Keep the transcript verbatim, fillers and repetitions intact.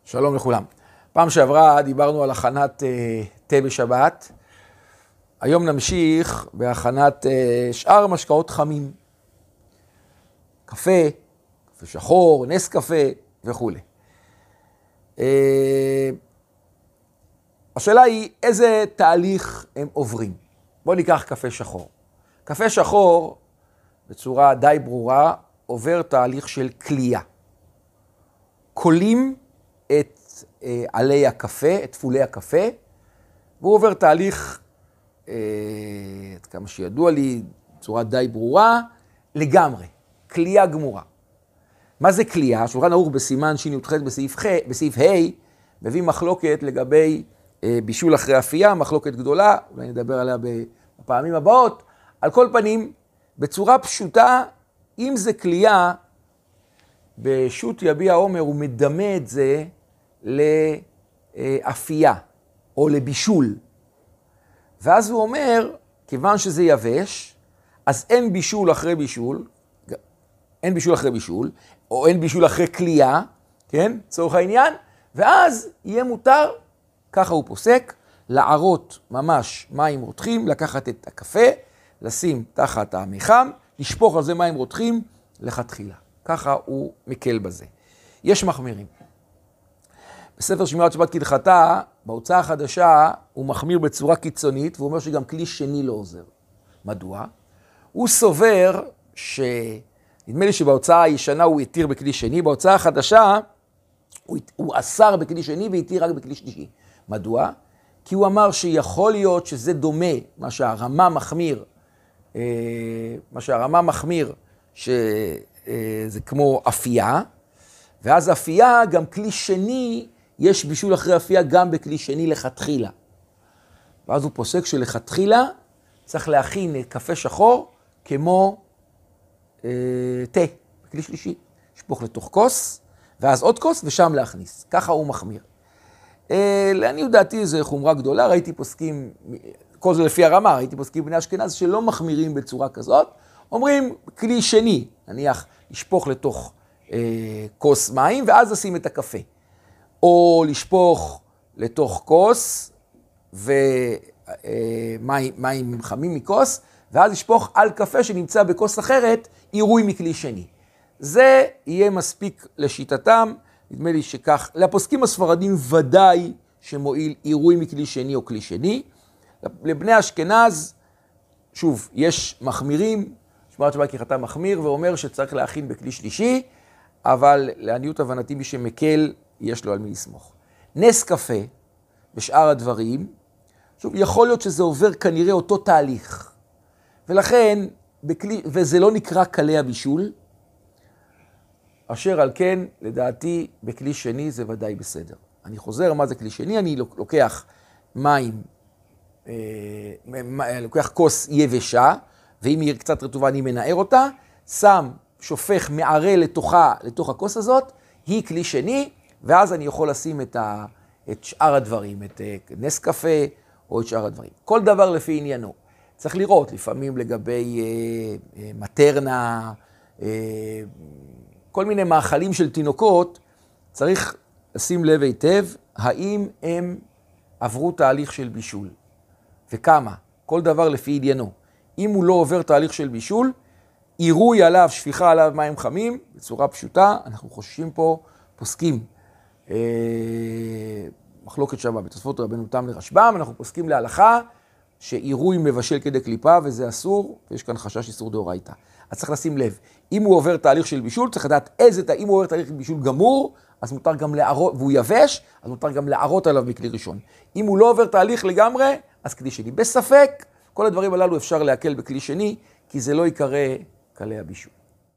שלום לכולם. פעם שעברה דיברנו על הכנת אה, תה בשבת. היום נמשיך בהכנת אה, שאר משקאות חמים. קפה, קפה שחור, נס קפה וכו'. אה, השאלה היא איזה תהליך הם עוברים. בואו ניקח קפה שחור. קפה שחור, בצורה די ברורה, עובר תהליך של קלייה. קולים את אה, עלי הקפה, את תפולי הקפה, והוא עובר תהליך, אה, עד כמה שידוע לי, בצורה די ברורה, לגמרי, קלייה גמורה. מה זה קלייה? שולחן ערוך בסימן שי"ח בסעיף, בסעיף ה' מביא מחלוקת לגבי אה, בישול אחרי אפייה, מחלוקת גדולה, אולי נדבר עליה בפעמים הבאות. על כל פנים, בצורה פשוטה, אם זה קלייה, בשו"ת יביע עומר הוא מדמה את זה לאפייה או לבישול. ואז הוא אומר, כיוון שזה יבש, אז אין בישול אחרי בישול, אין בישול אחרי בישול, או אין בישול אחרי קלייה, כן? צורך העניין, ואז יהיה מותר, ככה הוא פוסק, לערות ממש מים רותחים, לקחת את הקפה, לשים תחת המחם, לשפוך על זה מים רותחים לכתחילה. ככה הוא מקל בזה. יש מחמירים. בספר שמירת שבת כהלכתה, בהוצאה החדשה, הוא מחמיר בצורה קיצונית, והוא אומר שגם כלי שני לא עוזר. מדוע? הוא סובר ש... נדמה לי שבהוצאה הישנה הוא התיר בכלי שני, בהוצאה החדשה הוא, הוא אסר בכלי שני והתיר רק בכלי שלישי. מדוע? כי הוא אמר שיכול להיות שזה דומה, מה שהרמה מחמיר, מה שהרמה מחמיר, שזה כמו אפייה, ואז אפייה, גם כלי שני, יש בישול אחרי אפייה גם בכלי שני לכתחילה. ואז הוא פוסק שלכתחילה צריך להכין קפה שחור כמו אה, תה, בכלי שלישי. שפוך לתוך כוס, ואז עוד כוס ושם להכניס. ככה הוא מחמיר. אה, לעניות דעתי זה חומרה גדולה, ראיתי פוסקים, כל זה לפי הרמה, ראיתי פוסקים בני אשכנז שלא מחמירים בצורה כזאת, אומרים כלי שני, נניח לשפוך לתוך אה, כוס מים, ואז לשים את הקפה. או לשפוך לתוך כוס, ומים מים חמים מכוס, ואז לשפוך על קפה שנמצא בכוס אחרת, עירוי מכלי שני. זה יהיה מספיק לשיטתם, נדמה לי שכך, לפוסקים הספרדים ודאי שמועיל עירוי מכלי שני או כלי שני. לבני אשכנז, שוב, יש מחמירים, שמירת שבת כהלכתה מחמיר, ואומר שצריך להכין בכלי שלישי, אבל לעניות הבנתי מי שמקל, יש לו על מי לסמוך. נס קפה ושאר הדברים, שוב, יכול להיות שזה עובר כנראה אותו תהליך, ולכן, בכלי, וזה לא נקרא קלי הבישול, אשר על כן, לדעתי, בכלי שני זה ודאי בסדר. אני חוזר, מה זה כלי שני? אני לוקח מים, לוקח כוס יבשה, ואם היא קצת רטובה אני מנער אותה, שם, שופך, מערה לתוכה, לתוך הכוס הזאת, היא כלי שני, ואז אני יכול לשים את, ה, את שאר הדברים, את נס קפה או את שאר הדברים. כל דבר לפי עניינו. צריך לראות, לפעמים לגבי אה, אה, מטרנה, אה, כל מיני מאכלים של תינוקות, צריך לשים לב היטב, האם הם עברו תהליך של בישול, וכמה, כל דבר לפי עניינו. אם הוא לא עובר תהליך של בישול, עירוי עליו, שפיכה עליו מים חמים, בצורה פשוטה, אנחנו חוששים פה, פוסקים, אה, מחלוקת שמה בתוספות רבנו תם לרשב"ם, אנחנו פוסקים להלכה, שעירוי מבשל כדי קליפה, וזה אסור, ויש כאן חשש איסור דאורייתא. אז צריך לשים לב, אם הוא עובר תהליך של בישול, צריך לדעת איזה, אם הוא עובר תהליך של בישול גמור, אז מותר גם לערות, והוא יבש, אז מותר גם לערות עליו מכלי ראשון. אם הוא לא עובר תהליך לגמרי, אז כלי שני. בספק, כל הדברים הללו אפשר להקל בכלי שני, כי זה לא יקרא קלי הבישול.